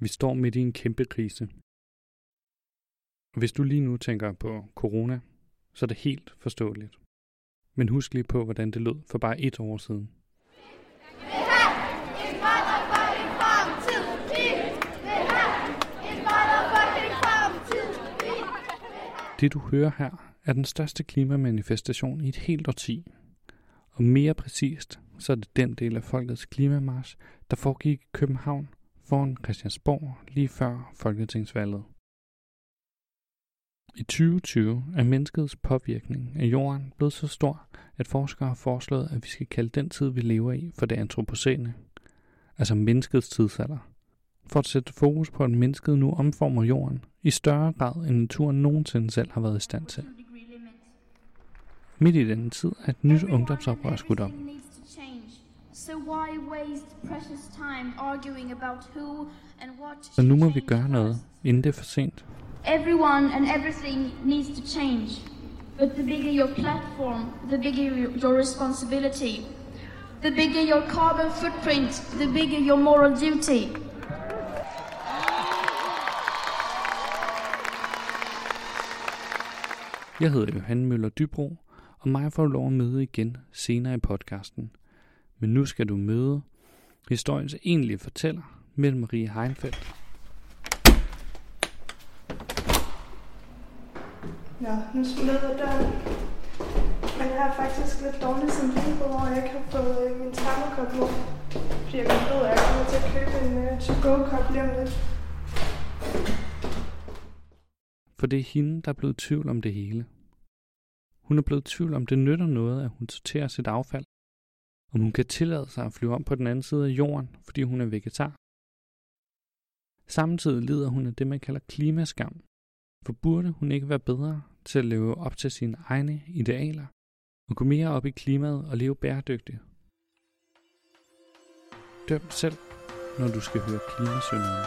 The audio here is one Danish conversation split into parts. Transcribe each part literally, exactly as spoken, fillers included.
Vi står midt i en kæmpe krise. Hvis du lige nu tænker på corona, så er det helt forståeligt. Men husk lige på, hvordan det lød for bare et år siden. Det du hører her er den største klimamanifestation i et helt årti. Og mere præcist, så er det den del af folkets klimamarch, der foregik i København foran Christiansborg lige før folketingsvalget. I tyve tyve er menneskets påvirkning af jorden blevet så stor, at forskere har foreslået, at vi skal kalde den tid, vi lever i, for det antropocæne, altså menneskets tidsalder, for at sætte fokus på, at mennesket nu omformer jorden i større grad, end naturen nogensinde selv har været i stand til. Midt i denne tid er et nyt ungdomsoprør skudt op. Så nu må vi gøre noget, inden det er for sent. Everyone and everything needs to change. But the bigger your platform, the bigger your responsibility. The bigger your carbon footprint, the bigger your moral duty. Jeg hedder Johan Møller Dybro, og mig får du lov at møde igen senere i podcasten. Men nu skal du møde historiens egentlige fortæller, Mette Marie Heinfeldt. Nå, nu smutter døren. Men jeg har faktisk lidt dårligt samvittighed over, at jeg ikke har fået øh, min termokop nu. Fordi jeg ved, at jeg kommer til at købe en uh, to-go-kop lige om lidt. For det er hende, der er blevet i tvivl om det hele. Hun er blevet i tvivl om, det nytter noget, at hun sorterer sit affald. Om hun kan tillade sig at flyve om på den anden side af jorden, fordi hun er vegetar. Samtidig lider hun af det, man kalder klimaskam. For burde hun ikke være bedre til at leve op til sine egne idealer, og gå mere op i klimaet og leve bæredygtigt? Døm selv, når du skal høre klimasynderne.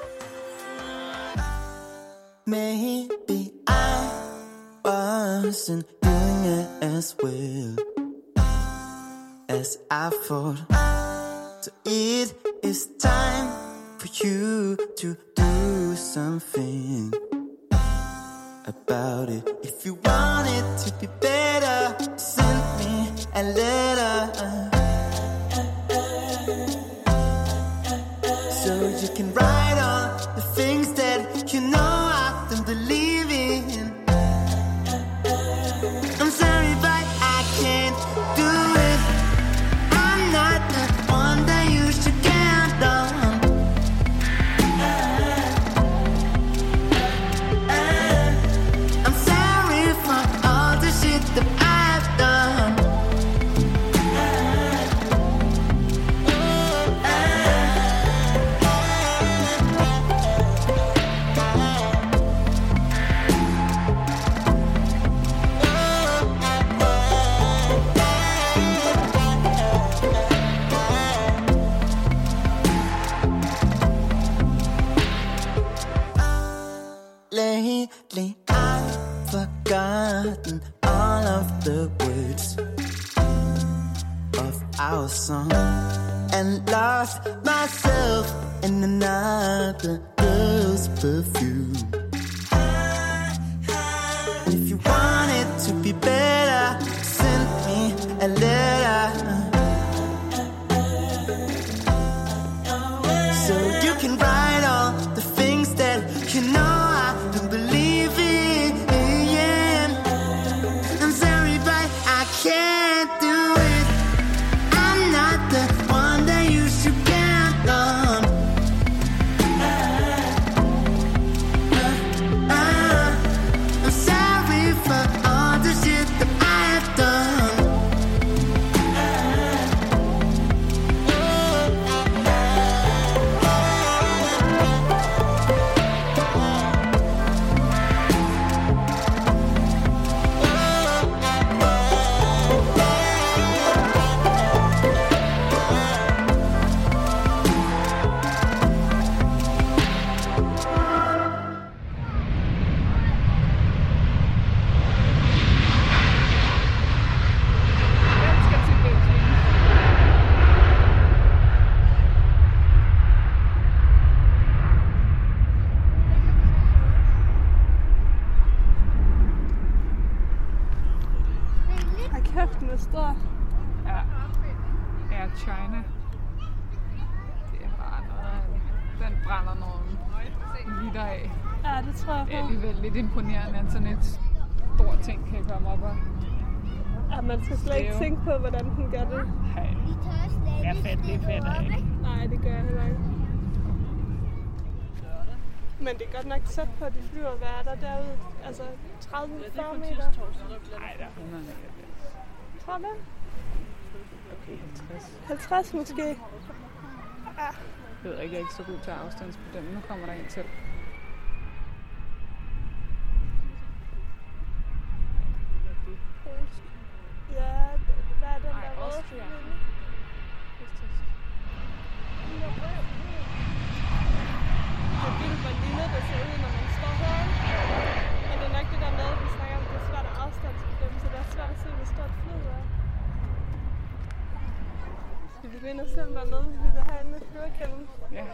Maybe I wasn't doing it as well as I thought. So it is time for you to do something about it. If you want it to be better, send me a letter so you can write on the things that you know I don't believe in. I'm sorry but I can't do it. I'm not the one that you should count on. I'm sorry for all the shit that I've done. Lately I've forgotten all of the words of our song and lost myself in another girl's perfume. If you want it to be better, send me a letter so you can write all the things that you know don't believe in. I'm sorry but I can't do it. I'm not the one that you should count on. I'm sorry for liter af. Ja, det tror jeg på. Det er alligevel lidt imponerende, at sådan et stort ting kan komme op og... Ja, man skal slet ikke tænke på, hvordan den gør det. Nej, det er fedt, det er fedt, ikke? Nej, det gør jeg heller ikke. Men det er godt nok tæt på, at de flyver. Hvad er der derude? Altså tredive til fyrre meter? Nej, der er hundrede meter. Tror du det? Okay, halvtreds. halvtreds måske? Ja. Jeg ved ikke, jeg er ikke så god til afstandsbedømme. Nu kommer der en til. Ja, hvad er den Ej, der røde? Austria. Det er vildt, hvor lille det ser ud, når man står her. Men det er nok det der med, at vi snakker om, at det er svært at afstandsbedømme, så det er svært at se, hvor stort flyet er. Skal vi gå ind og se, om der er noget, vi vil have inde med flyverkælden? Ja.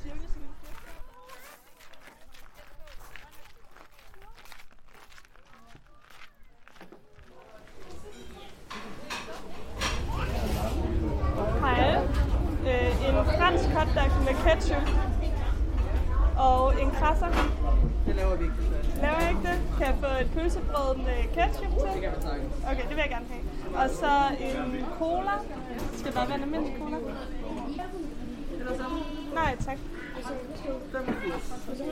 Hej. Øh, en fransk hotdog med ketchup. Og en krasser. Det laver vi ikke. Laver jeg ikke det? Kan jeg få et pølsebrød med ketchup til? Det kan jeg snakke. Okay, det vil jeg gerne have. Og så en cola. Skal der være en almindelig cola? Eller så? Nej, tak. femogfirs.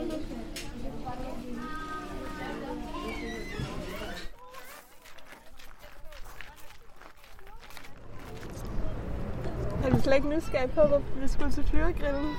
Er du slet ikke nysgerrig på, hvor vi skulle til flyvergrillen?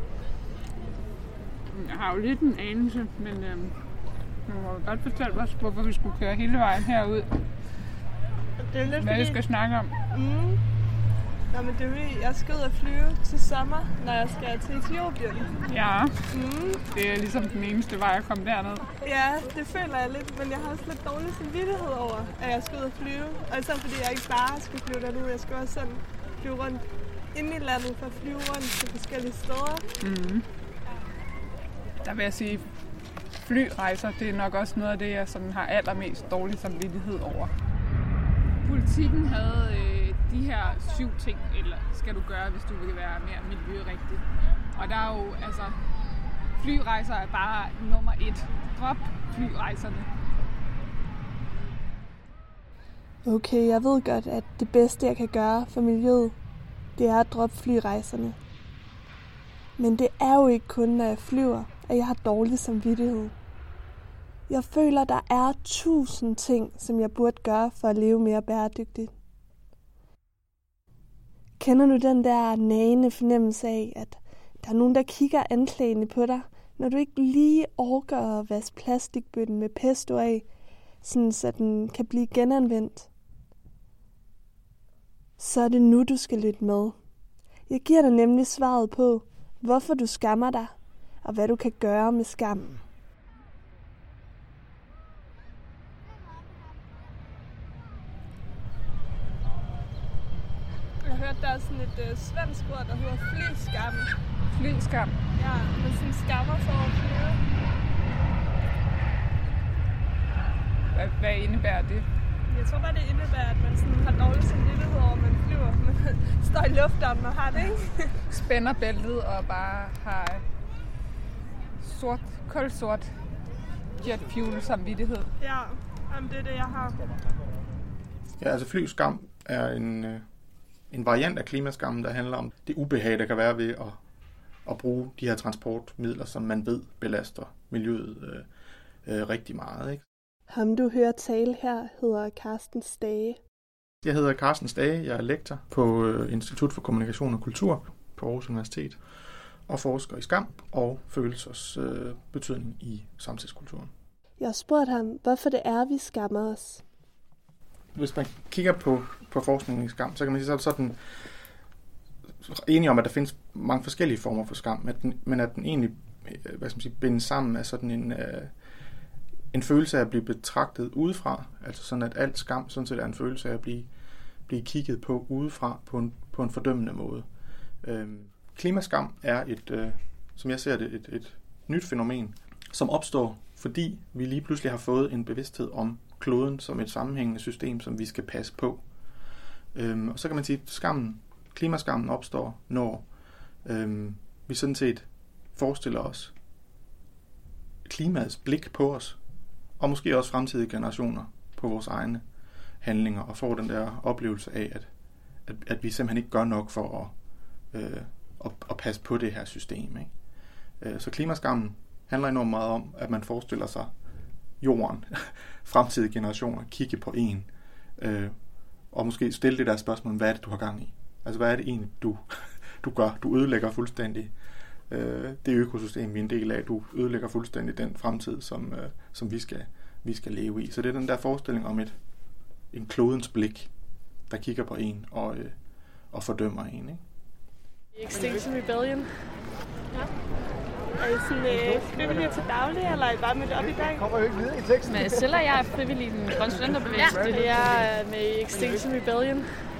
Jeg har jo lidt en anelse, men øhm, du må jo godt fortælle os, hvorfor vi skulle køre hele vejen herud. Det er lidt Hvad fordi... vi skal snakke om. Mm. Nå, men det er fordi, jeg skal ud og flyve til sommer, når jeg skal til Etiopien. Ja, Mm. det er ligesom den eneste vej at komme derned. Ja, det føler jeg lidt, men jeg har også lidt dårlig samvittighed over, at jeg skal ud og flyve. Og især fordi jeg ikke bare skal flyve derned, jeg skal også sådan flyve rundt inde i landet for at flyve rundt til forskellige steder. Mm. Der vil jeg sige, flyrejser, det er nok også noget af det, jeg sådan har allermest dårlig samvittighed over. Politikken havde øh, de her syv ting, eller skal du gøre, hvis du vil være mere miljørigtig. Og der er jo, altså, flyrejser er bare nummer et. Drop flyrejserne. Okay, jeg ved godt, at det bedste, jeg kan gøre for miljøet, det er at droppe flyrejserne. Men det er jo ikke kun, når jeg flyver, at jeg har dårlig samvittighed. Jeg føler, der er tusind ting, som jeg burde gøre for at leve mere bæredygtigt. Kender du den der nagende fornemmelse af, at der er nogen, der kigger anklagende på dig, når du ikke lige orker at vaske plastikbøtten med pesto af, sådan så den kan blive genanvendt? Så er det nu, du skal lytte med. Jeg giver dig nemlig svaret på, hvorfor du skammer dig, og hvad du kan gøre med skammen. Jeg har hørt, der er sådan et øh, svensk ord, der hedder flyskam. Flyskam. Ja, man sådan skammer sig over flyve. Hvad, hvad indebærer det? Jeg tror bare, det indebærer, at man sådan har dårlig samvittighed over, at man flyver. Man står i lufthavnen og har det, ikke? Spænder bæltet og bare har sort, kulsort jet fuel samvittighed. Ja, jamen, det er det, jeg har. Ja, altså flyskam er en, øh, en variant af klimaskammen, der handler om det ubehag, der kan være ved at, at bruge de her transportmidler, som man ved belaster miljøet øh, øh, rigtig meget, ikke? Ham, du hører tale her, hedder Carsten Stage. Jeg hedder Carsten Stage, jeg er lektor på øh, Institut for Kommunikation og Kultur på Aarhus Universitet og forsker i skam og følelsers øh, betydning i samtidskulturen. Jeg har spurgt ham, hvorfor det er, vi skammer os. Hvis man kigger på, på forskningen i skam, så kan man sige, så er den enige om, at der findes mange forskellige former for skam, men at den, men at den egentlig hvad skal man sige, bindes sammen af sådan en, øh, en følelse af at blive betragtet udefra. Altså sådan, at alt skam sådan set er en følelse af at blive, blive kigget på udefra på en, på en fordømmende måde. Øhm, klimaskam er et, øh, som jeg ser det, et, et nyt fænomen, som opstår, fordi vi lige pludselig har fået en bevidsthed om kloden som et sammenhængende system, som vi skal passe på. Øhm, og så kan man sige, at skammen, klimaskammen opstår, når øhm, vi sådan set forestiller os klimaets blik på os, og måske også fremtidige generationer på vores egne handlinger, og får den der oplevelse af, at, at, at vi simpelthen ikke gør nok for at, øh, at, at passe på det her system. Ikke? Så klimaskammen handler enormt meget om, at man forestiller sig jorden, fremtidige generationer, kigge på en, øh, og måske stille det der spørgsmål, hvad er det, du har gang i? Altså, hvad er det egentlig, du, du gør? Du ødelægger fuldstændig øh, det økosystem, vi er en del af. Du ødelægger fuldstændig den fremtid, som, øh, som vi, skal, vi skal leve i. Så det er den der forestilling om et en klodens blik, der kigger på en og, øh, og fordømmer en. Ikke? Extinction Rebellion. Ja. Er I sådan øh, frivillige til daglig, eller er I bare mødt op i dag? Kommer jo ikke videre i teksten. Men selv er jeg frivillig i den grønne studenterbevægelse. Ja, det er med i Extinction Rebellion.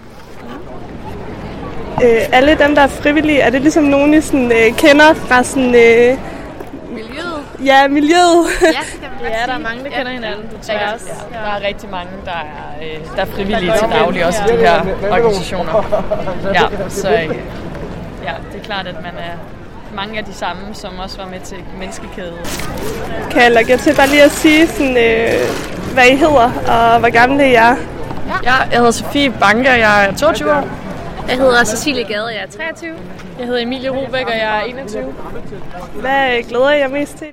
Øh, alle dem, der er frivillige, er det ligesom nogen, I sådan, øh, kender fra sådan... Øh, miljøet? Ja, miljøet. Ja, det kan man ja, der er mange, der kender hinanden på tværs. Ja, der er rigtig mange, der er, øh, der er frivillige til daglig, også i de her organisationer. Ja, så øh, ja, det er klart, at man er mange af de samme, som også var med til menneskekæden. Kan jeg lukke jer til bare lige at sige, sådan, øh, hvad I hedder, og hvor gamle I er? Ja, jeg hedder Sofie Banke, og jeg er toogtyve år. Jeg hedder Cecilie Gade, og jeg er treogtyve. Jeg hedder Emilie Rubæk, og jeg er enogtyve. Hvad glæder jeg mest til?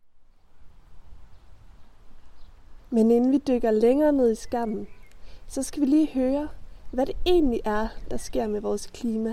Men inden vi dykker længere ned i skammen, så skal vi lige høre, hvad det egentlig er, der sker med vores klima.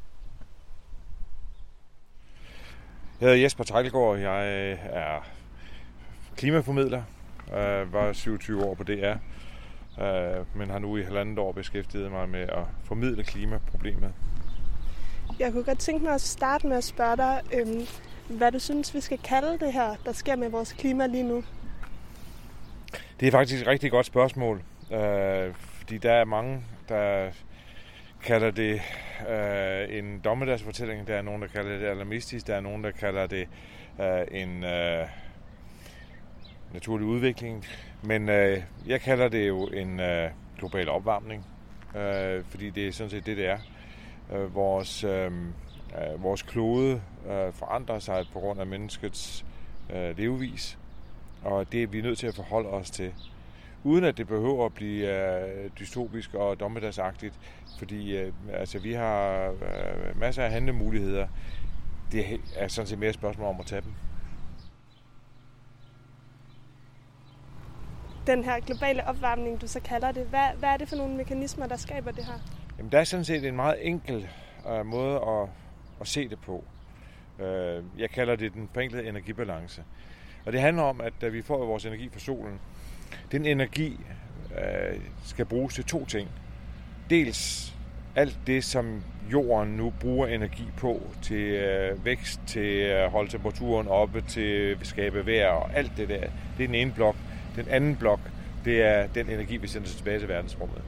Jeg hedder Jesper Teglgaard, jeg er klimaformidler. Jeg var syvogtyve år på D R, men har nu i halvandet år beskæftiget mig med at formidle klimaproblemet. Jeg kunne godt tænke mig at starte med at spørge dig, øhm, hvad du synes, vi skal kalde det her, der sker med vores klima lige nu. Det er faktisk et rigtig godt spørgsmål, øh, fordi der er mange, der kalder det øh, en dommedagsfortælling, der er nogen, der kalder det alarmistisk, der er nogen, der kalder det øh, en øh, naturlig udvikling, men øh, jeg kalder det jo en øh, global opvarmning, øh, fordi det er sådan set det, det er. Øh, vores, øh, vores klode øh, forandrer sig på grund af menneskets øh, levevis, og det er vi nødt til at forholde os til, uden at det behøver at blive øh, dystopisk og dommedagsagtigt, fordi øh, altså, vi har øh, masser af handlemuligheder. Det er sådan set mere et spørgsmål om at tage dem. Den her globale opvarmning, du så kalder det, hvad, hvad er det for nogle mekanismer, der skaber det her? Jamen, der er sådan set en meget enkel øh, måde at, at se det på. Øh, jeg kalder det den forenklede energibalance. Og det handler om, at da vi får vores energi fra solen, den energi øh, skal bruges til to ting. Dels alt det, som jorden nu bruger energi på til øh, vækst, til at holde temperaturen oppe, til at skabe vejr og alt det der. Det er den ene blok. Den anden blok, det er den energi, vi sender tilbage til verdensrummet.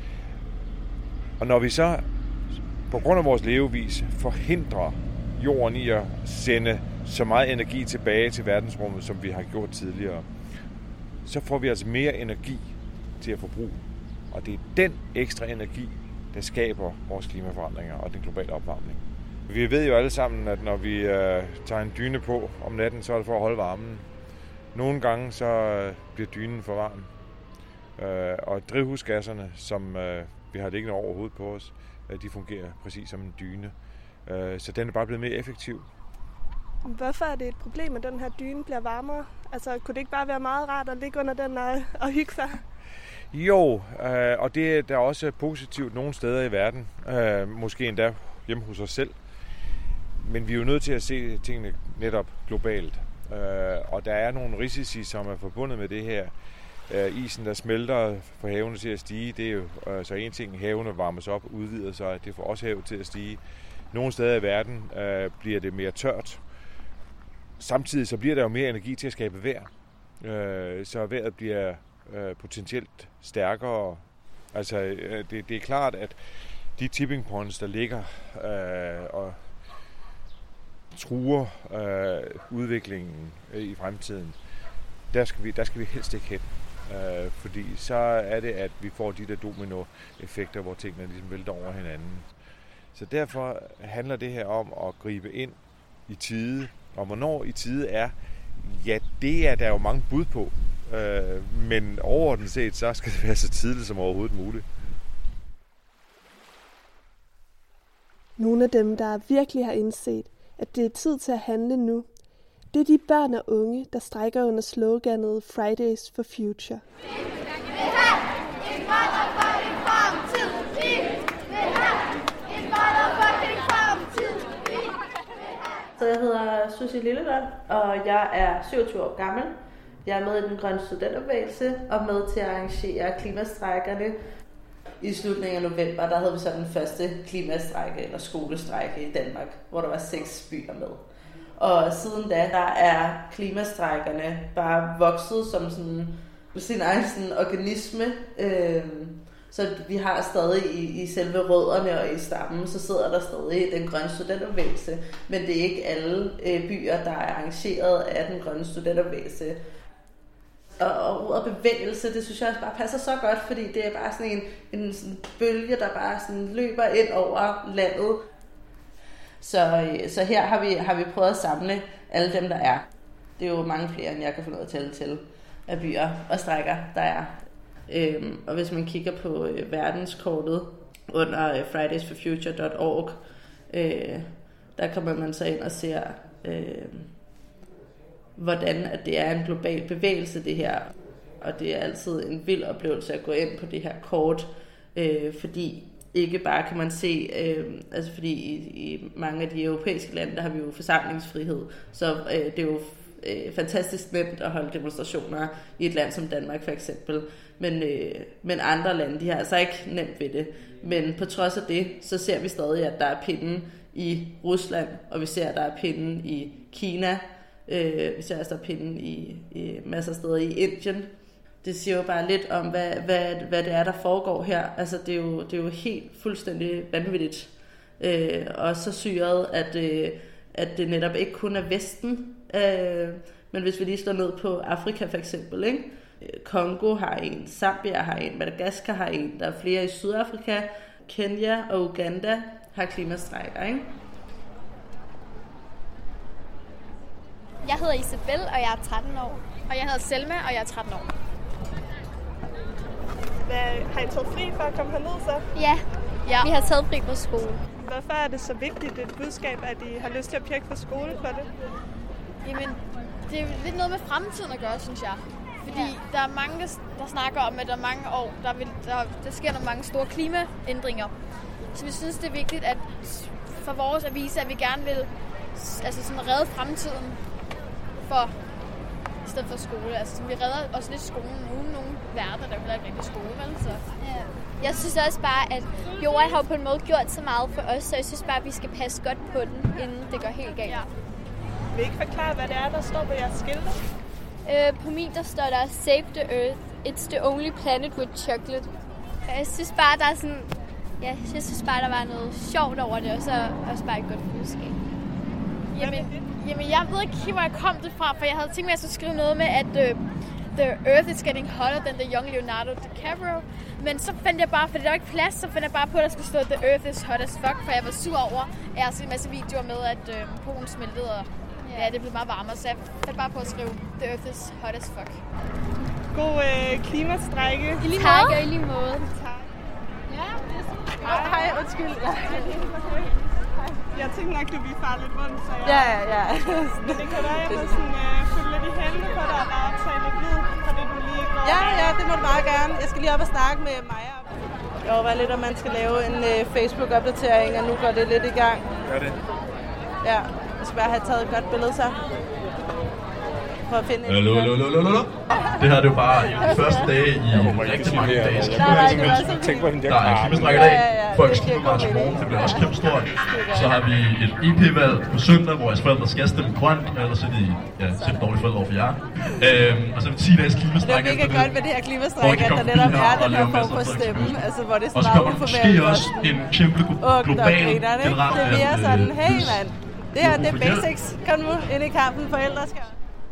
Og når vi så på grund af vores levevis forhindrer jorden i at sende så meget energi tilbage til verdensrummet, som vi har gjort tidligere, så får vi altså mere energi til at forbruge. Og det er den ekstra energi, der skaber vores klimaforandringer og den globale opvarmning. Vi ved jo alle sammen, at når vi øh, tager en dyne på om natten, så er det for at holde varmen. Nogle gange så øh, bliver dynen for varm. Øh, og drivhusgasserne, som øh, vi har liggende over hovedet på os, øh, de fungerer præcis som en dyne. Øh, så den er bare blevet mere effektiv. Hvorfor er det et problem, at den her dyne bliver varmere? Altså, kunne det ikke bare være meget rart at ligge under den og, og hygge sig? Jo, øh, og det er der også positivt nogle steder i verden. Øh, måske endda hjemme hos os selv. Men vi er jo nødt til at se tingene netop globalt. Øh, og der er nogle risici, som er forbundet med det her. Øh, isen, der smelter, får havene til at stige. Det er jo øh, så en ting, havene varmes op, udvider sig. Det får også havet til at stige. Nogle steder i verden øh, bliver det mere tørt. Samtidig så bliver der jo mere energi til at skabe vejr. Øh, så vejret bliver øh, potentielt stærkere. Altså, øh, det, det er klart, at de tipping points, der ligger øh, og truer øh, udviklingen øh, i fremtiden, der skal vi, der skal vi helst ikke hen. Øh, fordi så er det, at vi får de der domino-effekter, hvor tingene ligesom vælter over hinanden. Så derfor handler det her om at gribe ind i tide Og hvornår i tide er, ja, det er der jo mange bud på. Øh, men overordnet set, så skal det være så tidligt som overhovedet muligt. Nogle af dem, der virkelig har indset, at det er tid til at handle nu, det er de børn og unge, der strejker under sloganet Fridays for Future. Så jeg hedder Susie Lillevand, og jeg er syvogtyve år gammel. Jeg er med i den grønne studenterbevægelse og med til at arrangere klimastrejkerne. I slutningen af november, der havde vi så den første klimastrejke eller skolestrejke i Danmark, hvor der var seks byer med. Og siden da, der er klimastrejkerne bare vokset som sådan, sin egen sådan organisme. Så vi har stadig i, i selve rødderne og i stammen, så sidder der stadig den grønne studenterbevægelse. Men det er ikke alle byer, der er arrangeret af den grønne studenterbevægelse. Og, og ordet bevægelse, det synes jeg også bare passer så godt, fordi det er bare sådan en, en sådan bølge, der bare sådan løber ind over landet. Så, så her har vi, har vi prøvet at samle alle dem, der er. Det er jo mange flere, end jeg kan få noget at tælle til af byer og strejker, der er. Øhm, og hvis man kigger på øh, verdenskortet under øh, fridays for future dot org, øh, der kommer man så ind og ser, øh, hvordan at det er en global bevægelse, det her. Og det er altid en vild oplevelse at gå ind på det her kort, øh, fordi ikke bare kan man se, øh, altså fordi i, i mange af de europæiske lande, der har vi jo forsamlingsfrihed, så øh, det er jo øh, fantastisk nemt at holde demonstrationer i et land som Danmark for eksempel. Men, øh, men andre lande, de har altså ikke nemt ved det. Men på trods af det, så ser vi stadig, at der er pinden i Rusland, og vi ser, at der er pinden i Kina. Øh, vi ser, at der er pinden i, i masser af steder i Indien. Det siger jo bare lidt om, hvad, hvad, hvad det er, der foregår her. Altså, det er jo, det er jo helt fuldstændig vanvittigt. Øh, og så syret, at, øh, at det netop ikke kun er Vesten. Øh, men hvis vi lige slår ned på Afrika for eksempel, ikke? Kongo har en, Zambia har en, Madagaskar har en, der er flere i Sydafrika, Kenya og Uganda har klimastrejker, ikke? Jeg hedder Isabel, og jeg er tretten år. Og jeg hedder Selma, og jeg er tretten år. Hvad, har I taget fri for at komme herned så? Ja, ja. Vi har taget fri på skole. Hvorfor er det så vigtigt et budskab, at I har lyst til at pirke på skole for det? Jamen, det er lidt noget med fremtiden at gøre, synes jeg. Fordi ja. Der er mange, der snakker om, at der er mange år, der, vil, der, der sker nogle mange store klimaændringer. Så vi synes, det er vigtigt, at for vores at vise, at vi gerne vil altså sådan redde fremtiden for, i stedet for skole. Altså så vi redder også lidt skolen. Nogle, nogle verden, der vil ikke rigtig skole, vel? Så. Ja. Jeg synes også bare, at jorden har på en måde gjort så meget for os, så jeg synes bare, at vi skal passe godt på den, inden det går helt galt. Ja. Vil I ikke forklare, hvad det er, der står på jeres skilte? Øh, på min, der står der, Save the Earth. It's the only planet with chocolate. Jeg synes bare, der er sådan... Ja, jeg synes bare, der var noget sjovt over det, og så også bare et godt budskab. Jamen, jamen, jeg ved ikke, hvor jeg kom det fra, for jeg havde tænkt mig, at jeg skulle skrive noget med, at uh, the Earth is getting hotter than the young Leonardo DiCaprio. Men så fandt jeg bare, fordi der var ikke plads, så fandt jeg bare på, at der skulle stå, the Earth is hot as fuck, for jeg var sur over, at jeg har set en masse videoer med, at uh, Polen smeltede, og ja, det blev meget varmere, så jeg fandt bare på at skrive, the Earth is hot as fuck. God øh, klimastrejke. I lige tak, måde. og i lige måde. Tak. Ja, det er så. Hej, hej, undskyld. Ja. Jeg tænkte nok, du ville fare lidt rundt, så jeg... Ja, ja, ja. Men det kan være, at jeg må sådan, øh, følge lidt i hælene på dig og bare optage lidt lyd, for det du lige går. Ja, ja, det må du bare gerne. Jeg skal lige op og snakke med Maja. Jeg overvejer lidt, om man skal lave en øh, Facebook-opdatering, og nu går det lidt i gang. Gør det. Ja, jeg skal bare have taget et godt billede så. For at finde Hallo, hallo, hallo, hallo. Det her det er jo bare de første dage i rigtig mange dage. Der er klimastrejke i dag. Folks klimamarch i morgen. Det bliver også kæmpe stort. Så har vi et E P-valg på søndag, hvor jeres forældre skal stemme grønt. Ellers er de ja, selv dårlige forældre over for jer. Øhm, og så er vi ti dages klimastrejke. Det er mega godt med det her klimastrejke, at der netop er den her form for stemme. Altså, hvor det er og så kommer der måske også en kæmpe global general. Det er mere sådan, hey mand, det her det er basics. Kom nu ind i kampen, forældre skal...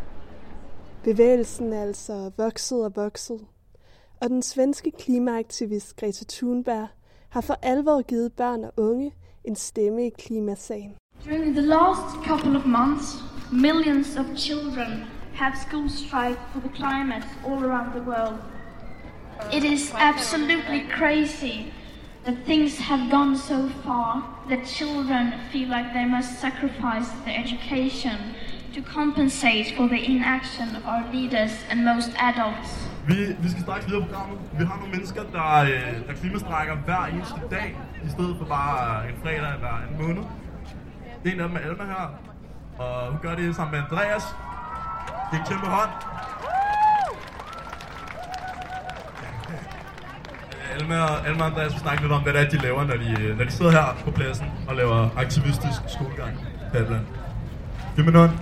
Bevægelsen er altså vokset og vokset, og den svenske klimaaktivist Greta Thunberg har for alvor givet børn og unge en stemme i klimasagen. During the last couple of months, Millions of children have school strike for the climate all around the world. It is absolutely crazy that things have gone so far that children feel like they must sacrifice their education to compensate for the inaction of our leaders and most adults. Vi, vi skal straks videre på programmet. Vi har nogle mennesker, der, der klimastrækker hver eneste dag, i stedet for bare en fredag hver en måned. En af dem er Alma her, og hun gør det sammen med Andreas. Det er en kæmpe hånd. Alma og, Alma og Andreas vil snakke lidt om, hvad det er, de laver, når de, når de sidder her på pladsen og laver aktivistisk skolegang her i blandt. Giv mig en hånd.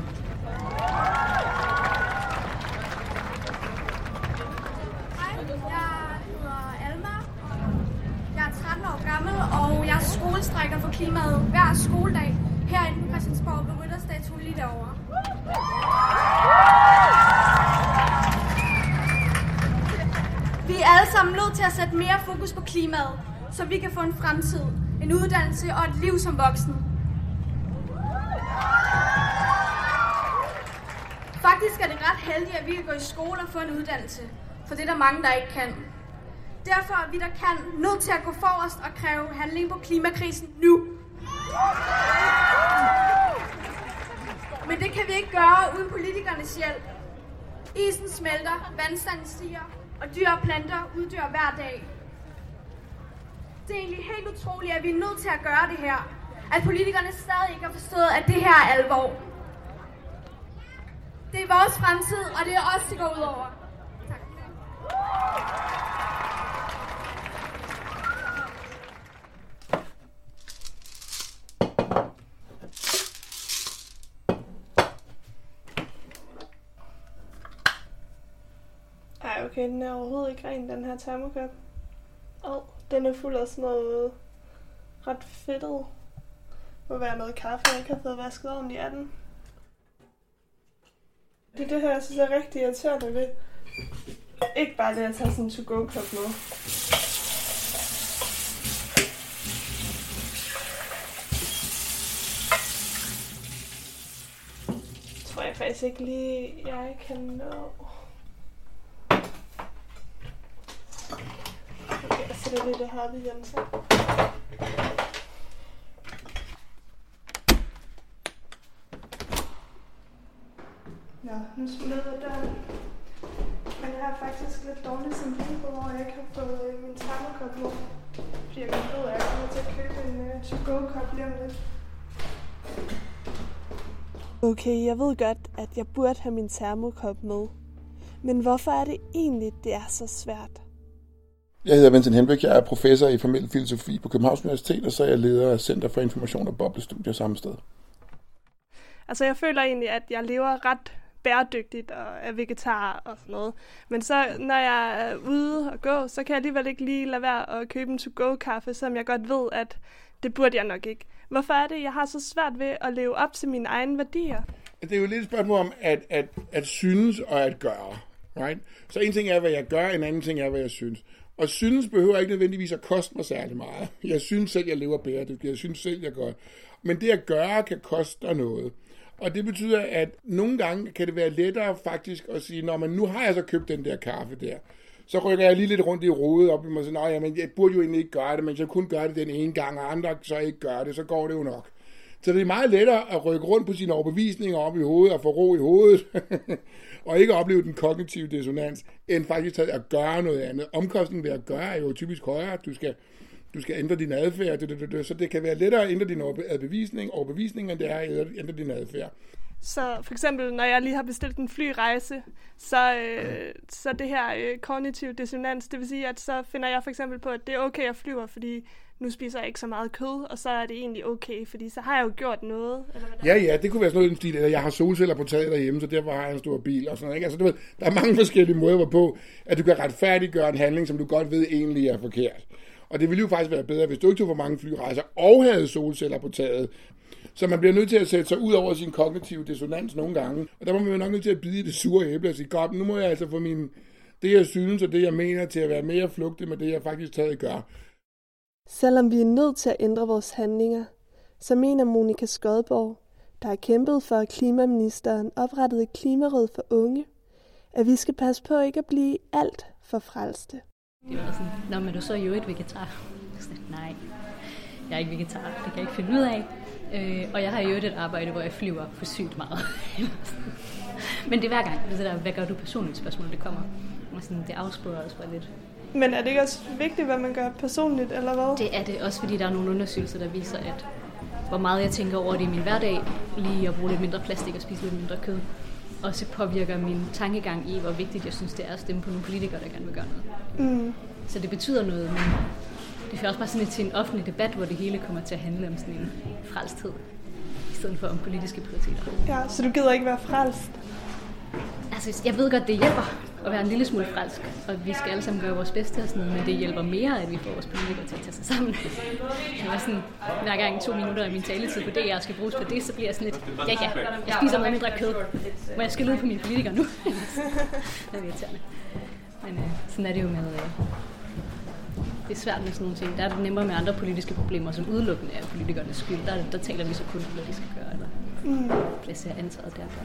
Og jeg skolestrækker for klimaet hver skoledag herinde på Christiansborg ved Rytterstatuen lige derovre. Vi er alle sammen nødt til at sætte mere fokus på klimaet, så vi kan få en fremtid, en uddannelse og et liv som voksen. Faktisk er det ret heldigt, at vi kan gå i skole og få en uddannelse, for det er der mange, der ikke kan. Derfor er vi, der kan, nødt til at gå forrest og kræve handling på klimakrisen nu. Men det kan vi ikke gøre uden politikernes hjælp. Isen smelter, vandstanden stiger, og dyr og planter uddør hver dag. Det er egentlig helt utroligt, at vi er nødt til at gøre det her. At politikerne stadig ikke har forstået, at det her er alvor. Det er vores fremtid, og det er os, det går ud over. Tak. Ej, okay, den er overhovedet ikke ren, den her termokop. Og den er fuld af sådan noget ret fedtet. Må være noget kaffe, jeg ikke har fået vasket ordentligt af den. Det er det her, jeg synes er rigtig irriterende ved. Ikke bare det at tage sådan en to-go-kop med. Tror jeg faktisk ikke lige, jeg kan nå. Okay, så det er lidt det her, vi igen så. Nå, nu smutter jeg døren. Men jeg har faktisk lidt dårligt samvittighed, hvor jeg ikke har fået øh, min termokop med. Fordi jeg ved, at jeg kommer til at købe en øh, to-go-kop lige om lidt. Okay, jeg ved godt, at jeg burde have min termokop med. Men hvorfor er det egentlig, det er så svært? Jeg hedder Vincent Henrik, jeg er professor i formel filosofi på Københavns Universitet, og så er jeg leder af Center for Information og Boblestudier samme sted. Altså, jeg føler egentlig, at jeg lever ret bæredygtigt og er vegetar og sådan noget. Men så, når jeg er ude og gå, så kan jeg alligevel ikke lige lade være at købe en to-go-kaffe, som jeg godt ved, at det burde jeg nok ikke. Hvorfor er det, jeg har så svært ved at leve op til mine egne værdier? Det er jo lidt et spørgsmål om at, at, at synes og at gøre. Right? Så en ting er, hvad jeg gør, en anden ting er, hvad jeg synes. Og synes behøver ikke nødvendigvis at koste mig særlig meget. Jeg synes selv, jeg lever bæredygtigt. Jeg synes selv, jeg gør. Men det at gøre kan koste dig noget. Og det betyder, at nogle gange kan det være lettere faktisk at sige, nå, men nu har jeg så købt den der kaffe der. Så rykker jeg lige lidt rundt i rodet op i mig og siger, nej, men jeg burde jo egentlig ikke gøre det, men jeg kun gøre det den ene gang, og andre så ikke gør det, så går det jo nok. Så det er meget lettere at rykke rundt på sine overbevisninger op i hovedet og få ro i hovedet, og ikke opleve den kognitive dissonans, end faktisk at gøre noget andet. Omkostningen ved at gøre er jo typisk højere. Du skal, du skal ændre din adfærd, så det kan være lettere at ændre din overbevisning, overbevisning end det er at ændre din adfærd. Så for eksempel, når jeg lige har bestilt en flyrejse, så, øh, så det her øh, kognitiv dissonans, det vil sige, at så finder jeg for eksempel på, at det er okay, at jeg flyver, fordi nu spiser jeg ikke så meget kød, og så er det egentlig okay, fordi så har jeg jo gjort noget. Eller hvad ja, ja, det kunne være sådan noget i den stil, eller jeg har solceller på taget derhjemme, så derfor har jeg en stor bil og sådan noget. Ikke? Altså, du ved, der er mange forskellige måder på, at du kan retfærdiggøre en handling, som du godt ved egentlig er forkert. Og det ville jo faktisk være bedre, hvis du ikke tog for mange flyrejser og havde solceller på taget. Så man bliver nødt til at sætte sig ud over sin kognitive dissonans nogle gange. Og der må man jo nok nødt til at bide i det sure æble og sige, godt, nu må jeg altså få min, det jeg synes og det jeg mener til at være mere flugtigt med det jeg faktisk stadig gør. Selvom vi er nødt til at ændre vores handlinger, så mener Monika Skodborg, der har kæmpet for, at klimaministeren oprettede et klimaråd for unge, at vi skal passe på ikke at blive alt for frelste. Det var sådan, nå, men du så jo et vegetar. Sådan, nej, jeg er ikke vegetar, det kan jeg ikke finde ud af. Øh, og jeg har jo et arbejde, hvor jeg flyver for sygt meget. Men det er hver gang, det er der, hvad gør du personligt spørgsmål, det kommer. Og sådan, det afsporer også bare lidt. Men er det ikke også vigtigt, hvad man gør personligt, eller hvad? Det er det også, fordi der er nogle undersøgelser, der viser, at hvor meget jeg tænker over det i min hverdag, lige at bruge lidt mindre plastik og spise lidt mindre kød, også påvirker min tankegang i, hvor vigtigt jeg synes, det er at stemme på nogle politikere, der gerne vil gøre noget. Mm. Så det betyder noget, men det fører også bare sådan lidt til en offentlig debat, hvor det hele kommer til at handle om sådan en frelsthed, i stedet for om politiske prioriteter. Ja, så du gider ikke være frelst? Altså, jeg ved godt, det hjælper at være en lille smule frelsk, og vi skal alle sammen gøre vores bedste og sådan noget, men det hjælper mere, at vi får vores politikere til at tage sig sammen. Det var sådan, hver gang to minutter af min taletid på det, jeg skal bruges på det, så bliver jeg sådan lidt, ja ja, jeg spiser meget mindre kød. Må jeg skal ud på mine politikere nu? Det er irriterende. Men øh, sådan er det jo med, øh, det er svært med sådan nogle ting. Der er det nemmere med andre politiske problemer, som udelukkende er politikernes skyld. Der, der taler vi så kun om, hvad de skal gøre, eller mm. placerer ansvaret derfor.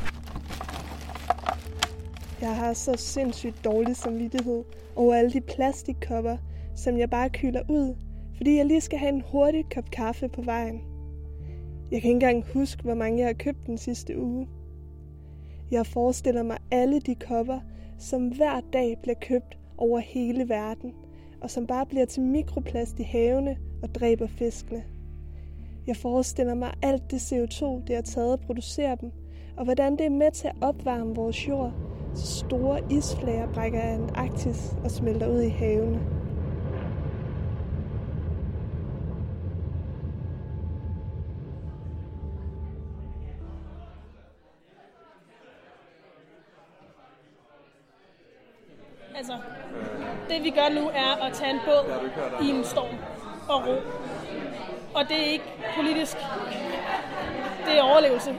Jeg har så sindssygt dårlig samvittighed over alle de plastikkopper, som jeg bare kyler ud, fordi jeg lige skal have en hurtig kop kaffe på vejen. Jeg kan ikke engang huske, hvor mange jeg har købt den sidste uge. Jeg forestiller mig alle de kopper, som hver dag bliver købt over hele verden, og som bare bliver til mikroplast i havene og dræber fiskene. Jeg forestiller mig alt det C O to, det har taget at producere dem, og hvordan det er med til at opvarme vores jord, så store isflager brækker af Antarktis og smelter ud i havene. Altså, det vi gør nu er at tage en båd i en storm og ro. Og det er ikke politisk. Det er overlevelse.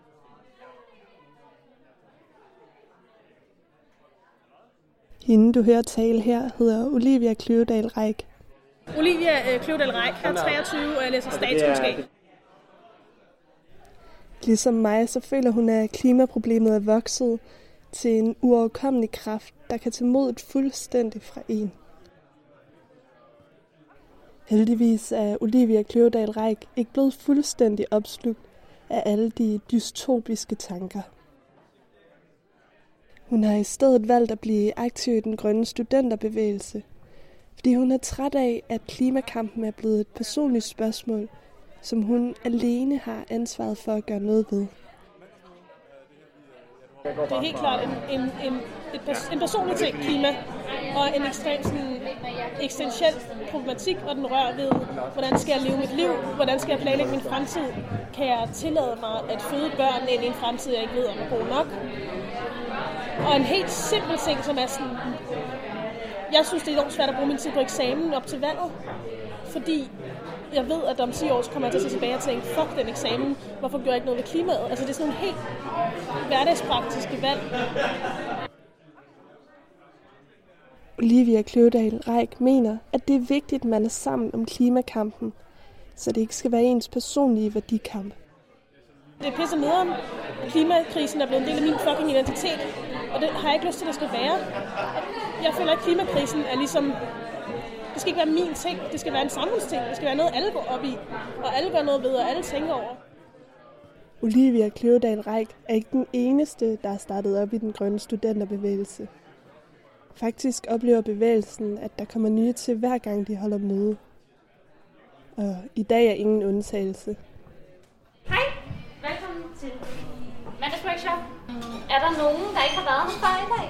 Hende, du hører tale her, hedder Olivia Kløvedal Reich. Olivia øh, Kløvedal Reich, jeg er treogtyve, og jeg læser statskundskab. Ligesom mig, så føler hun, at klimaproblemet er vokset til en uoverkommelig kraft, der kan tage modet fuldstændig fra en. Heldigvis er Olivia Kløvedal Reich ikke blevet fuldstændig opslugt af alle de dystopiske tanker. Hun har i stedet valgt at blive aktiv i den grønne studenterbevægelse, fordi hun er træt af, at klimakampen er blevet et personligt spørgsmål, som hun alene har ansvaret for at gøre noget ved. Det er helt klart en, en, en, et, en personlig ting, klima, og en ekstremt sådan, eksistentiel problematik, og den rører ved, hvordan skal jeg leve mit liv, hvordan skal jeg planlægge min fremtid, kan jeg tillade mig at føde børn ind i en fremtid, jeg ikke ved om er god nok. Og en helt simpel ting, som er sådan, jeg synes, det er enormt svært at bruge min tid på eksamen op til valget, fordi jeg ved, at om ti år kommer jeg til at se tilbage og tænke, fuck den eksamen, hvorfor gjorde jeg ikke noget ved klimaet? Altså det er sådan nogle helt hverdagspraktiske valg. Olivia Kløvedal Reich mener, at det er vigtigt, at man er sammen om klimakampen, så det ikke skal være ens personlige værdikamp. Det er pisse nederen. Klimakrisen er blevet en del af min fucking identitet, og det har jeg ikke lyst til, at det skal være. Jeg føler, at klimakrisen er ligesom, det skal ikke være min ting, det skal være en samfundsting, det skal være noget, alle går op i, og alle gør noget ved, og alle tænker over. Olivia Kløvedal Reich er ikke den eneste, der er startet op i den grønne studenterbevægelse. Faktisk oplever bevægelsen, at der kommer nye til hver gang de holder møde. Og i dag er ingen undtagelse. Hej, velkommen til mandagsworkshop. Er der nogen, der ikke har været her før i dag?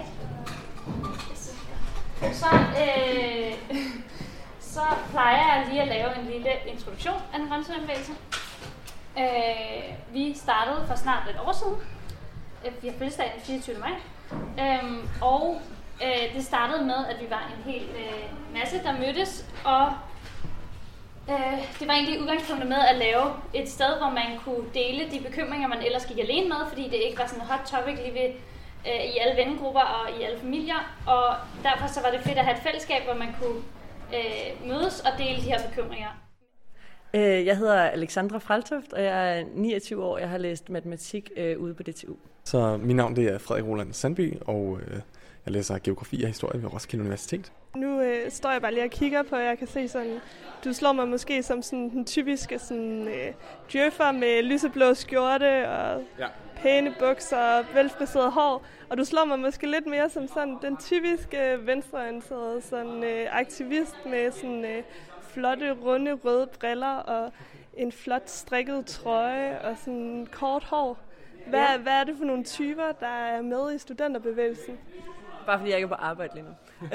Så, øh, så plejer jeg lige at lave en lille introduktion af den grønne studenterbevægelse. Øh, vi startede for snart et år siden. Vi har fødselsdag den fireogtyvende maj. Øh, og øh, det startede med, at vi var en hel øh, masse, der mødtes, og øh, det var egentlig udgangspunktet med at lave et sted, hvor man kunne dele de bekymringer, man ellers gik alene med, fordi det ikke var sådan en hot topic lige ved, øh, i alle vennegrupper og i alle familier, og derfor så var det fedt at have et fællesskab, hvor man kunne øh, mødes og dele de her bekymringer. Jeg hedder Alexandra Fraltoft, og jeg er niogtyve år. Jeg har læst matematik øh, ude på D T U. Så mit navn det er Frederik Roland Sandby, og øh, jeg læser geografi og historie ved Roskilde Universitet. Nu øh, står jeg bare lige og kigger på, og jeg kan se sådan, du slår mig måske som sådan den typiske sådan øh, djøffer med lyseblå skjorte og ja. pæne bukser og velfriseret hår. Og du slår mig måske lidt mere som sådan den typiske venstreorienterede sådan øh, aktivist med sådan øh, flotte, runde, røde briller og en flot strikket trøje og sådan kort hår. Hvad, ja. hvad er det for nogle typer, der er med i studenterbevægelsen? Bare fordi jeg ikke er på arbejde lige nu.